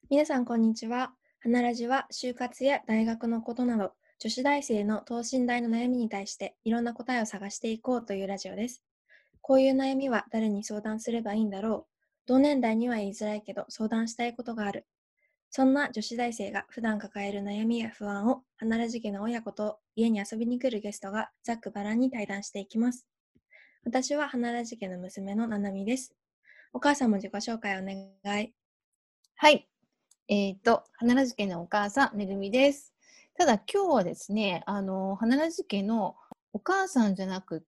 皆さん、こんにちは。花ラジは、就活や大学のことなど、女子大生の等身大の悩みに対して、いろんな答えを探していこうというラジオです。こういう悩みは誰に相談すればいいんだろう。同年代には言いづらいけど、相談したいことがある。そんな女子大生が普段抱える悩みや不安を、花ラジ家の親子と家に遊びに来るゲストがざっくばらんに対談していきます。私は花ラジ家の娘のななみです。お母さんも自己紹介お願い。 はい。花ラジ家のお母さん、めぐみです。ただ今日はですね、花ラジ家のお母さんじゃなくって、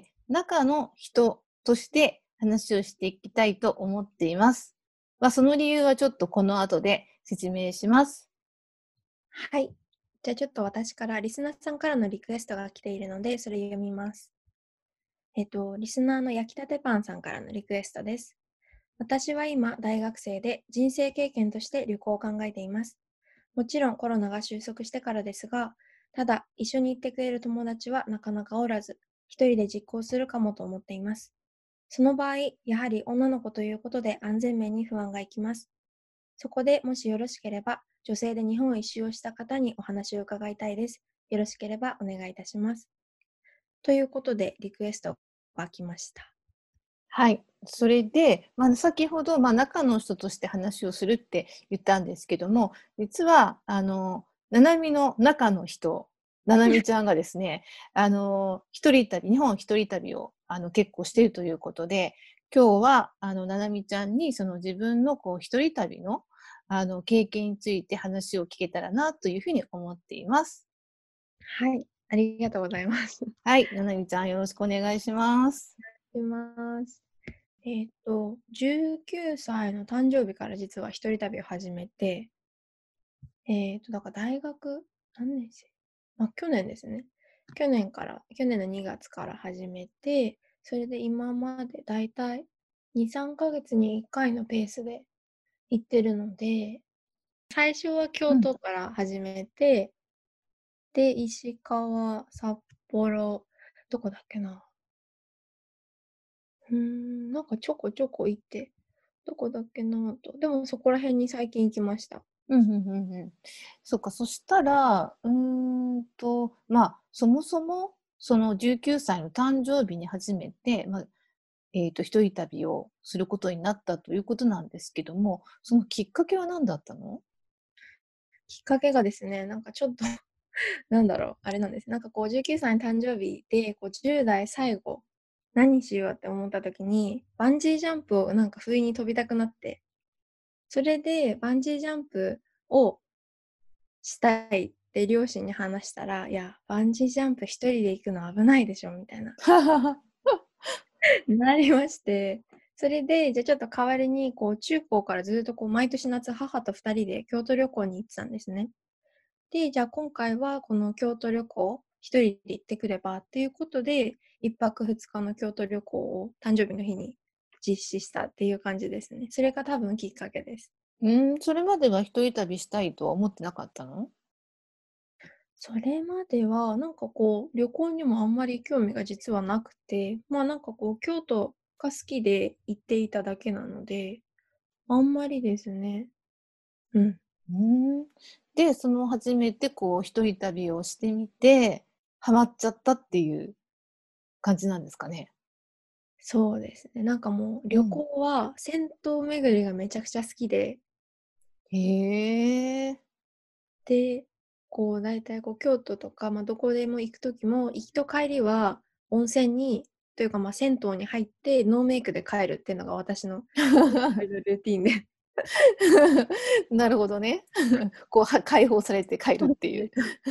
中の人として話をしていきたいと思っています。その理由はちょっとこの後で説明します。 はい。じゃあちょっと私からリスナーさんからのリクエストが来ているので、それ読みます。リスナーの焼きたてパンさんからのリクエストです。私は今、大学生で人生経験として旅行を考えています。もちろんコロナが収束してからですが、ただ一緒に行ってくれる友達はなかなかおらず、一人で実行するかもと思っています。その場合、やはり女の子ということで安全面に不安がいきます。そこでもしよろしければ、女性で日本一周をした方にお話を伺いたいです。よろしければお願いいたします。ということで、リクエストが来ました。 はい。それで、先ほど、中の人として話をするって言ったんですけども、実は、ななみの中の人、ななみちゃんがですね、一人旅、日本一人旅を、結構しているということで、今日は、ななみちゃんに、その自分の、一人旅の、経験について話を聞けたらな、というふうに思っています。 はい、ありがとうございます。 はい。ななみちゃん、よろしくお願いします。 います。19歳の誕生日から実は一人旅を始めて、だから大学何年生去年ですね。去年の2月から始めて、それで今までだいたい2、3ヶ月に1回のペースで行ってるので、最初は京うん。 都から始めて、で、石川、札幌、どこだっけな。なんかちょこちょこ行って、どこだっけなと。でもそこら辺に最近行きました。 うんうんうんうん。そっか、そしたら、そもそも、その19歳の誕生日に初めて、一人旅をすることになったということなんですけども、そのきっかけは何だったの？ きっかけがですね、なんかちょっとなんだろう、あれなんです。なんかこう19歳の誕生日で、こう10代最後、何しようって思った時に、バンジージャンプをなんか不意に飛びたくなって、それでバンジージャンプをしたいって両親に話したら、いや、バンジージャンプ一人で行くの危ないでしょみたいななりまして、それで、じゃあちょっと代わりに、こう中高からずっとこう毎年夏、母と2人で京都旅行に行ってたんですね。で、じゃあ今回はこの京都旅行、一人で行ってくればっていうことで、1泊2日の京都旅行を誕生日の日に実施したっていう感じですね。それが多分きっかけです。 それまでは一人旅したいとは思ってなかったの？ それまでは、なんかこう、旅行にもあんまり興味が実はなくて、なんかこう、京都が好きで行っていただけなので、あんまりですね。うん。 うーん。で、その初めて一人旅をしてみて、ハマっちゃったっていう感じなんですかね？ そうですね。なんかもう旅うん。 行は銭湯巡りがめちゃくちゃ好きで、 へえ。 で、こう大体こう京都とか、どこでも行く時も、行きと帰りは温泉にというか、銭湯に入ってノーメイクで帰るっていうのが私のルーティンで。 なるほどね。解放されて帰るっていう。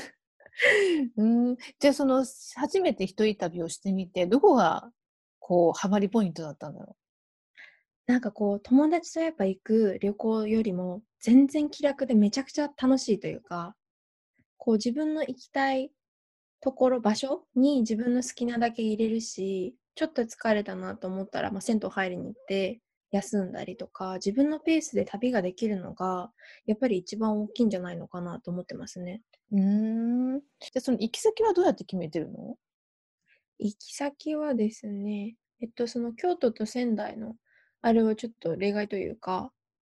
じゃあ初めて一人旅をしてみて、どこがハマりポイントだったんだろなんかこう、友達とやっぱ行く旅行よりも全然気楽でめちゃくちゃ楽しいというか、こう自分の行きたいところ、場所に自分の好きなだけ入れるし、ちょっと疲れたなと思ったら、銭湯入りに行って休んだりとか、自分のペースで旅ができるのが、やっぱり一番大きいんじゃないのかなと思ってますね。 う？じゃあその行き先はどうやって決めてるの？ 行き先はですね、その京都と仙台のあれはちょっと例外というか、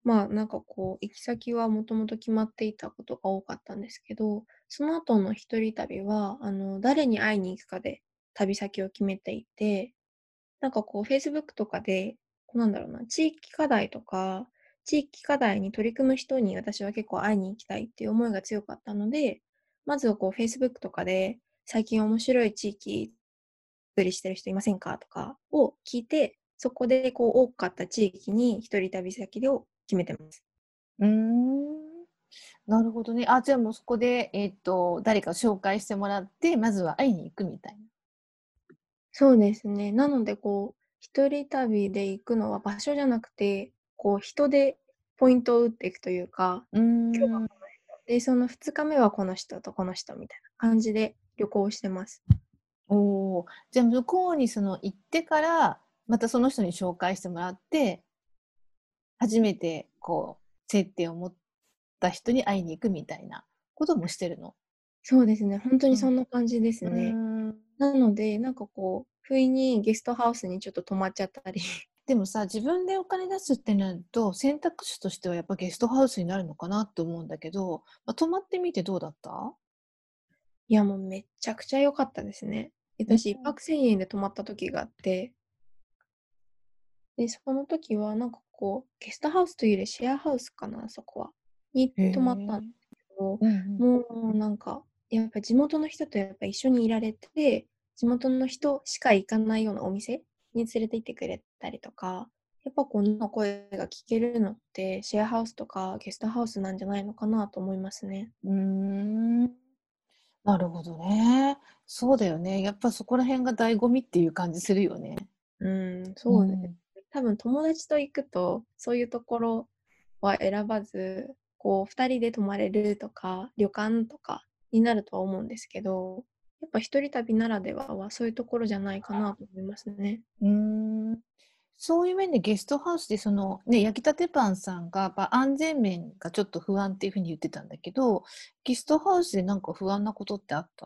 なんかこう、行き先はもともと決まっていたことが多かったんですけど、その後の一人旅は、誰に会いに行くかで旅先を決めていて、なんかこう、Facebook とかで、こうなんだろうな、地域課題とか、地域課題に取り組む人に私は結構会いに行きたいっていう思いが強かったので、まずはこう、Facebook とかで、最近面白い地域作りしてる人いませんかとかを聞いて、そこでこう、多かった地域に一人旅先を決めてます。 うーん。なるほどね。あ、じゃあもうそこで、誰か紹介してもらって、まずは会いに行くみたいな。 そうですね。なのでこう、一人旅で行くのは場所じゃなくて、こう人でポイントを打っていくというか、 うー今日はん。 この人、で、その2日目はこの人とこの人みたいな感じで旅行してます。 おお、じゃあ向こうにその行ってから、またその人に紹介してもらって、初めてこう接点を持った人に会いに行くみたいなこともしてるの？ そうですね、ほんとにうん。 そんな感じですうね。 ーん。 なので、なんかこう、不意にゲストハウスにちょっと泊まっちゃったり。 でもさ、自分でお金出すってなると、選択肢としてはやっぱゲストハウスになるのかなって思うんだけど、泊まってみてどうだった？ いや、もうめっちゃくちゃ良かったですね。 うん。 私1泊1000円で泊まった時があって、で、その時はなんかこう、ゲストハウスというよりシェアハウスかな、そこは。にへ泊まったんえ。 ですけど、 うんうん。 もうなんか、やっぱ地元の人とやっぱ一緒にいられて、地元の人しか行かないようなお店に連れて行ってくれたりとか、やっぱこの声が聞けるのって、シェアハウスとかゲストハウスなんじゃないのかなと思いますね。 うーん。なるほどね。そうだよね。やっぱそこら辺が醍醐味っていう感じするよね。 そうです。 うん。 多分友達と行くと、そういうところは選ばず、こう2人で泊まれるとか、旅館とかになるとは思うんですけど、やっぱ一人旅ならでははそういうところじゃないかなと思いますね。 うーん。そういう面でゲストハウスでそのね、焼きたてパンさんがやっぱ安全面がちょっと不安っていう風に言ってたんだけど、ゲストハウスでなんか不安なことってあった？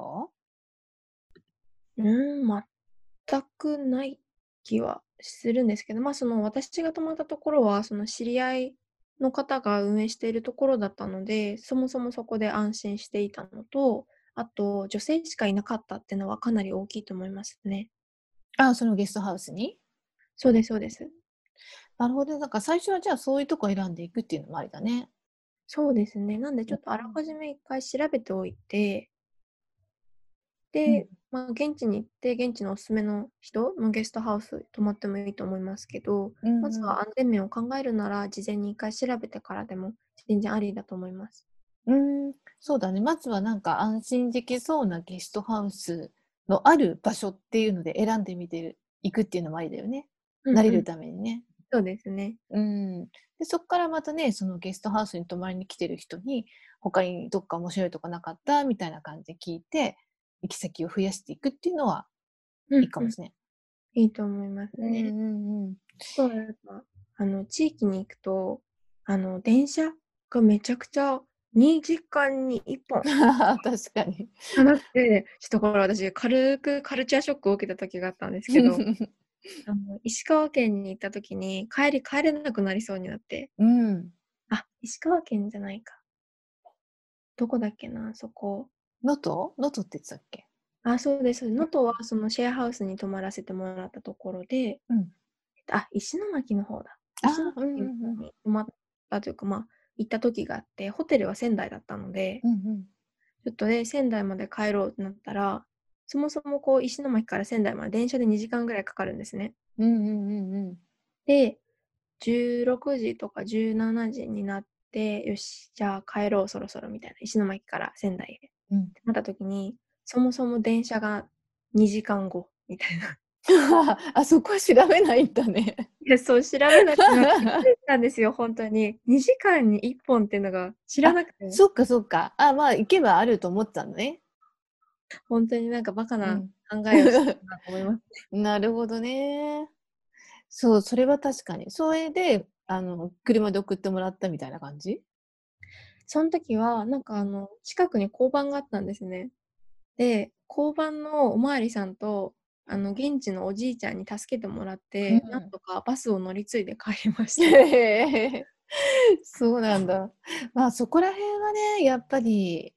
全くない気はするんですけど、その私が泊まったところは、その知り合いの方が運営しているところだったので、そもそもそこで安心していたのと、あと女性しかいなかったっていうのはかなり大きいと思いますね。 あ、そのゲストハウスに？ そうですそうです。 なるほど、なんか最初はじゃあそういうとこ選んでいくっていうのもありだね。 そうですね。なんでちうん。 ょっとあらかじめ一回調べておいて、 うん。 で、現地に行って、現地のおすすめの人のゲストハウス泊まってもいいと思いますけど、まずうんうん。 は安全面を考えるなら、事前に一回調べてからでも全然ありだと思います。 うーん、そうだね。まずはなんか安心できそうなゲストハウスのある場所っていうので選んでみていくっていうのもありだよね。 うんうん。 慣れるためにね。 そうですね。 うん。で、そっからまたね、そのゲストハウスに泊まりに来てる人に、他にどっか面白いとこなかったみたいな感じで聞いて、行き先を増やしていくっていうのはうんうん。 いいかもしれない。 いいと思いますうんね。 うんうん。 そう、やっぱ、地域に行くと、電車がめちゃくちゃ2時間に1本確かに。 しかなくて、ちょっとこれ私軽くカルチャーショックを受けた時があったんですけど、石川県に行った時に帰れなくなりそうになって、 うん。 石川県じゃないか。どこだっけな、そこ。 能登って言ってたっけ？ そうです。能うん。 登はそのシェアハウスに泊まらせてもらったところで、 うん。 石巻の方だ。石ああ、うん巻のうんうん。 方に泊まったというか、行った時があって、ホテルは仙台だったので、 うんうん。 ちょっとね、仙台まで帰ろうってなったら、そもそもこう石巻から仙台まで電車で2時間ぐらいかかるんですね。 うんうんうんうん。 で、16時とか17時になって、よし、じゃあ帰ろうそろそろみたいな、石巻から仙台へってうん。 なった時に、そもそも電車が2時間後みたいな。 あ、そこは調べないんだね。 いや、そう、調べなくて、びっくりしたんですよ、ほんとに。2時間に1本っていうのが知らあ、 なくて、 そっかそっか。あ、まあ、行けばあると思ってたのね。 ほんとになんかバカなうん。 考えをしたなと思います。 なるほどね。そう、それは確かに。それで、車で送ってもらったみたいな感じ？ そん時は、なんか近くに交番があったんですね。で、交番のお巡りさんと、現地のおじいちゃんに助けてもらっうん。 て、なんとかバスを乗り継いで帰りましへた。 え。 そうなんだ。まあ、そこら辺はね、やっぱり、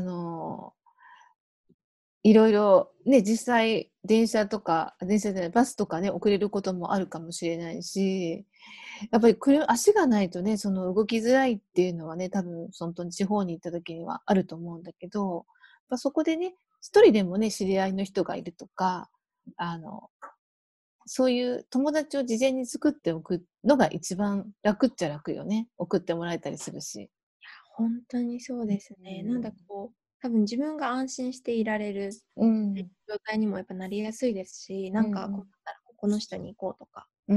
いろいろね、実際電車じゃない、バスとかね、遅れることもあるかもしれないし、やっぱり足がないとね、その動きづらいっていうのはね、多分ほんとに地方に行った時にはあると思うんだけど、そこでね、一人でもね、知り合いの人がいるとか、あの、そういう友達を事前に作っておくのが一番楽っちゃ楽よね。送ってもらえたりするし。 ほんとにそうですね。なんだこう、多分自分が安心していられるうん。 状態にもやっぱなりやすいですし、なんかうんうん。 困ったらここの人に行こうとか、 うん。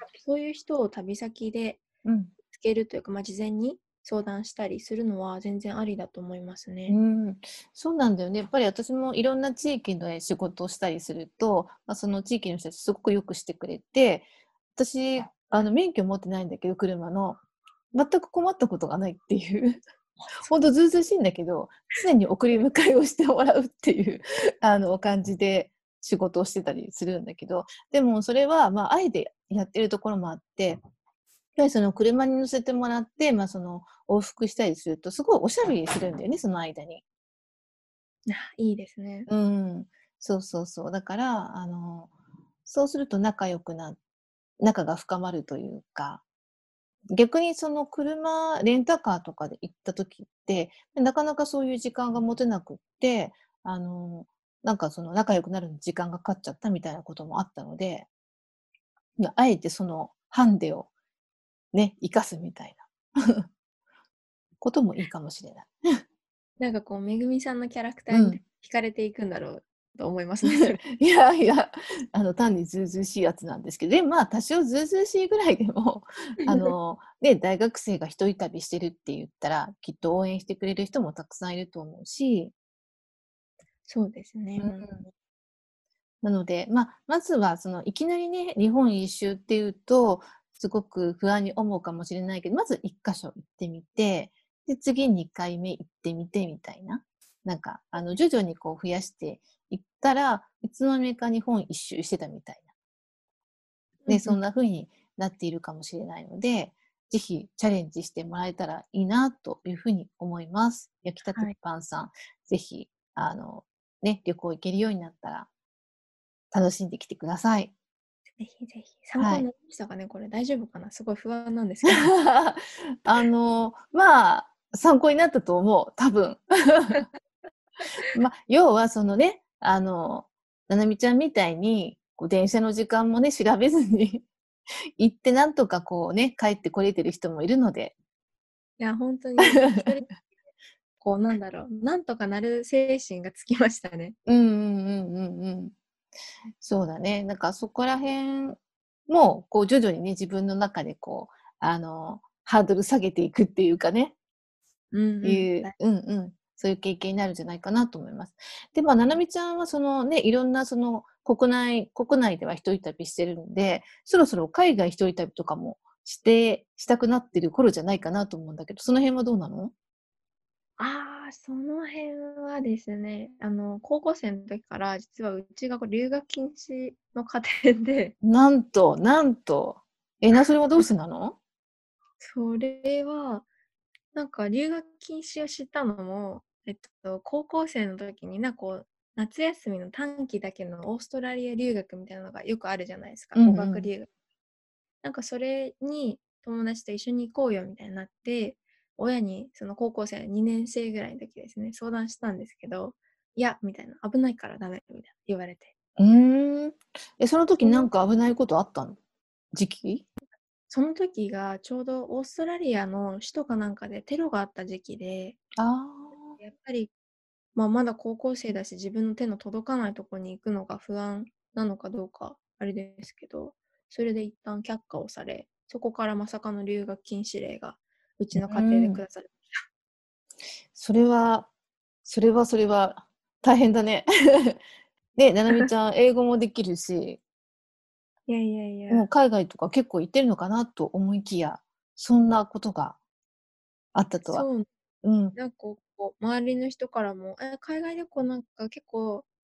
そういう人を旅先でうん。 見つけるというか、事前に相談したりするのは全然ありだと思いますうね。 ん、そうなんだよね。やっぱり私もいろんな地域で仕事をしたりすると、その地域の人たちすごくよくしてくれて、私、免許持ってないんだけど、車の。全く困ったことがないっていう、ほんとずうずうしいんだけど、常に送り迎えをしてもらうっていう、感じで仕事をしてたりするんだけど、でもそれは、あえてやってるところもあって、やはりその車に乗せてもらって、その往復したりすると、すごいおしゃべりするんだよね、その間に。 いいですね。 うん、そうそうそう。だから、そうすると仲が深まるというか、逆にそのレンタカーとかで行った時って、なかなかそういう時間が持てなくって、あの、その仲良くなるのに時間がかかっちゃったみたいなこともあったので、あえてそのハンデをね、生かすみたいなこともいいかもしれない。 なんかこう、めぐみさんのキャラクターにうん。 惹かれていくんだろうと思いますね、それ。 いやいや、単にずうずうしいやつなんですけど、でも、多少ずうずうしいぐらいでも、ね、大学生が一人旅してるって言ったら、きっと応援してくれる人もたくさんいると思うし、 そうですね、 うん。 ほんとに。 なので、まずはその、いきなりね、日本一周っていうと、すごく不安に思うかもしれないけど、まず1箇所行ってみて、で、次2回目行ってみてみたいな。徐々にこう増やしていったら、いつの間にか日本一周してたみたいな。で、そんうんうん。 な風になっているかもしれないので、ぜひチャレンジしてもらえたらいいなという風に思います。焼きたてはい。 パンさん、ぜひ、ね、旅行行けるようになったら楽しんできてください。 ぜひぜひ。参考はい。 になりましたかね、これ大丈夫かな？すごい不安なんですけど。 参考になったと思う、多分。要はそのね、ななみちゃんみたいに、こう電車の時間もね、調べずに行ってなんとかこうね、帰ってこれてる人もいるので。 いや、ほんとに一人こうなんだろう、なんとかなる精神がつきましたね。 うんうんうんうんうん。そうだね。そこら辺も、こう徐々にね、自分の中でこう、ハードル下げていくっていうかね、 うんうん。 そういう経験になるんじゃないかなと思います。で、ななみちゃんはそのね、いろんなその国内では一人旅してるんで、そろそろ海外一人旅とかもしたくなってる頃じゃないかなと思うんだけど、その辺はどうなの？ ああ、その辺はですね、高校生の時から実はうちがこう留学禁止の家庭で、 なんとなんと。それはどうしてなの？ それはなんか留学禁止を知ったのも、高校生の時にこう、夏休みの短期だけのオーストラリア留学みたいなのがよくあるじゃないですか、語うんうん。 学留学。なんかそれに友達と一緒に行こうよみたいになって、親にその高校生2年生ぐらいの時ですね、相談したんですけど、いや、みたいな、危ないからダメみたいな言われて。 うーん。その時その、 なんか危ないことあったの？時期？ その時がちょうどオーストラリアの首都かなんかでテロがあった時期で、 ああ。 やっぱりまだ高校生だし、自分の手の届かないところに行くのが不安なのかどうか、あれですけど、それで一旦却下をされ、そこからまさかの留学禁止令がうちのう家庭でん。 下されそれはそれは大変だね。ね、ななみちゃん英語もできるし、 いやいやいもうや、 海外とか結構行ってるのかなと思いきや、そんなことがあったとは。 そう、 うん。 周りの人からも、海外旅行なんか結構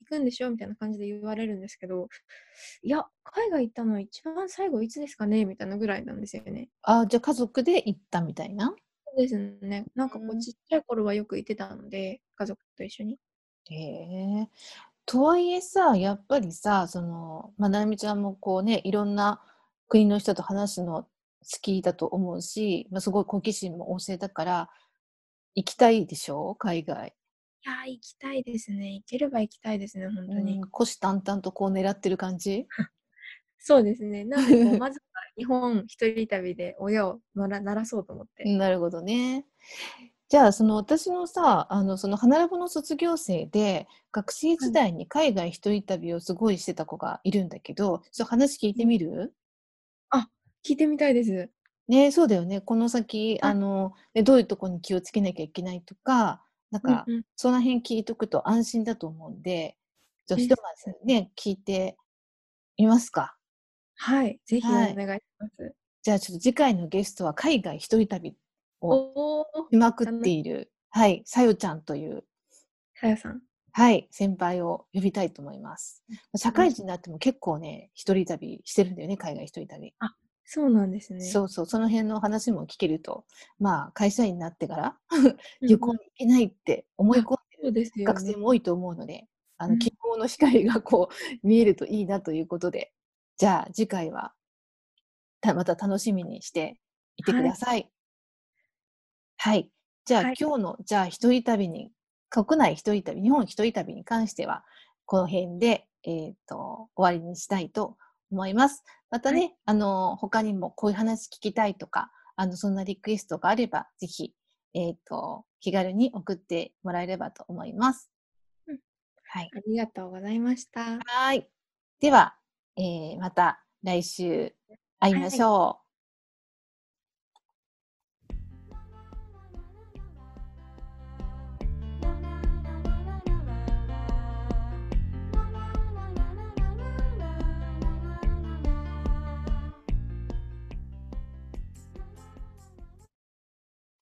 行くんでしょみたいな感じで言われるんですけど、いや、海外行ったの一番最後いつですかねみたいなぐらいなんですよね。 あ、じゃあ家族で行ったみたいな？ そうですね。なんかこううん。 ちっちゃい頃はよく行ってたので、家族と一緒に。 へえ。とはいえさ、やっぱりさ、ななみちゃんもこうね、いろんな国の人と話すの好きだと思うし、すごい好奇心も旺盛だから、行きたいでしょ？海外。 いや、行きたいですね。行ければ行きたいですね、本当に。 うん、虎視眈々とこう狙ってる感じ？ そうですね。なんでこう、まずは日本一人旅で親を鳴らそうと思って。 なるほどね。じゃあ、私のさ、花ラボの卒業生で、学生はい。 時代に海外一人旅をすごいしてた子がいるんだけど、話聞いてみる？ あ、聞いてみたいです。 ね、そうだよね。この先、 はい。 ね、どういうとこに気をつけなきゃいけないとか、なんか、 うんうん。 その辺聞いとくと安心だと思うんで、ひとですね。 まずね、聞いてみますか。 はい、ぜひはい。 お願いします。 じゃあちょっと次回のゲストは海外一人旅をおお、 しまくって楽しいる、はい、さよちゃんという、 さやさん。 はい、先輩を呼びたいと思います。社会楽し人になっても結構ね、一人旅してるんだよね、海外一人旅。 あ、そうなんですね。 そうそう、その辺の話も聞けると、会社員になってから旅行うんうん。 に行けないって思いあ、 込んでるそうですよ学生ね。 も多いと思うので、 うん。 希望の光がこう見えるといいなということで、じゃあ次回はまた楽しみにしていてくはい。 ださい。はい。じゃあはい。 今日の、じゃあ一人旅に、国内一人旅、日本一人旅に関しては、この辺で、終わりにしたいと思います。またはい。 ね、他にもこういう話聞きたいとか、そんなリクエストがあれば、ぜひ、気軽に送ってもらえればと思います。 うん。 はい。 ありがとうございました。 はい。では、また来週会いましはい。 ょう。